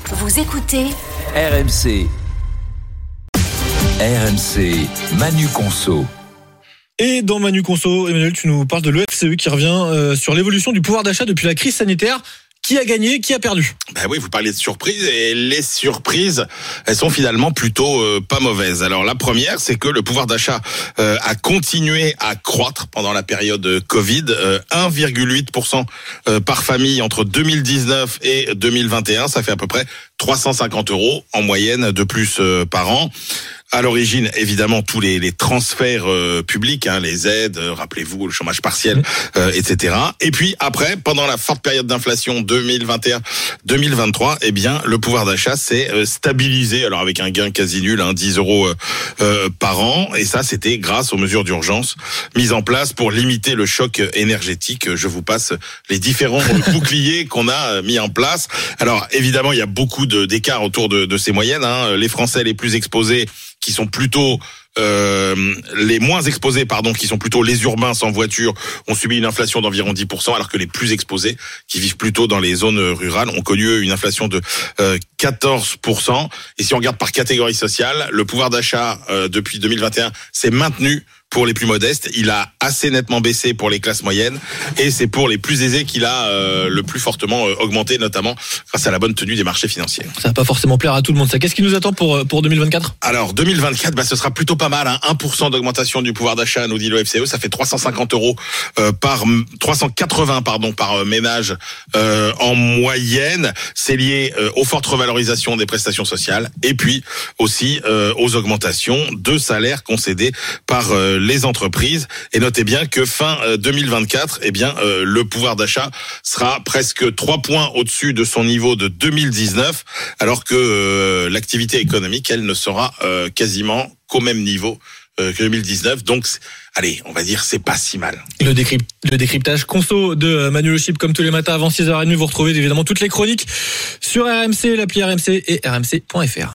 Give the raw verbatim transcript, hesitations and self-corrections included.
Vous écoutez R M C. R M C, Manu Conso. Et dans Manu Conso, Emmanuel, tu nous parles de l'E F C E qui revient euh, sur l'évolution du pouvoir d'achat depuis la crise sanitaire. Qui a gagné, qui a perdu? Ben oui, vous parlez de surprises et les surprises, elles sont finalement plutôt euh, pas mauvaises. Alors la première, c'est que le pouvoir d'achat euh, a continué à croître pendant la période Covid, euh, un virgule huit pour cent euh, par famille entre deux mille dix-neuf et deux mille vingt et un, ça fait à peu près trois cent cinquante euros en moyenne de plus euh, par an. À l'origine, évidemment, tous les, les transferts euh, publics, hein, les aides, euh, rappelez-vous, le chômage partiel, euh, et cetera. Et puis après, pendant la forte période d'inflation deux mille vingt et un deux mille vingt-trois, eh bien, le pouvoir d'achat s'est euh, stabilisé. Alors avec un gain quasi nul, hein, dix euros euh, euh, par an. Et ça, c'était grâce aux mesures d'urgence mises en place pour limiter le choc énergétique. Je vous passe les différents boucliers qu'on a mis en place. Alors évidemment, il y a beaucoup de, d'écarts autour de, de ces moyennes. Hein. Les Français les plus exposés, qui sont plutôt euh, les moins exposés, pardon, qui sont plutôt les urbains sans voiture, ont subi une inflation d'environ dix pour cent, alors que les plus exposés, qui vivent plutôt dans les zones rurales, ont connu une inflation de euh, quatorze pour cent. Et si on regarde par catégorie sociale, le pouvoir d'achat euh, depuis deux mille vingt et un s'est maintenu pour les plus modestes, il a assez nettement baissé pour les classes moyennes, et c'est pour les plus aisés qu'il a euh, le plus fortement euh, augmenté, notamment grâce à la bonne tenue des marchés financiers. Ça va pas forcément plaire à tout le monde, ça. Qu'est-ce qui nous attend pour, pour deux mille vingt-quatre? Alors, deux mille vingt-quatre, bah, ce sera plutôt pas mal, hein. un pour cent d'augmentation du pouvoir d'achat, nous dit l'E F C E, ça fait trois cent cinquante euros euh, par, trois cent quatre-vingts, pardon, par euh, ménage euh, en moyenne. C'est lié euh, aux fortes revalorisations des prestations sociales, et puis aussi euh, aux augmentations de salaires concédés par euh, les entreprises. Et notez bien que fin deux mille vingt-quatre, eh bien euh, le pouvoir d'achat sera presque trois points au-dessus de son niveau de deux mille dix-neuf, alors que euh, l'activité économique, elle, ne sera euh, quasiment qu'au même niveau euh, que deux mille dix-neuf. Donc, allez, on va dire, c'est pas si mal. Le, décrypt- le décryptage conso de Manu Le Chip, comme tous les matins avant six heures trente, vous retrouvez évidemment toutes les chroniques sur R M C, l'appli R M C et R M C point F R.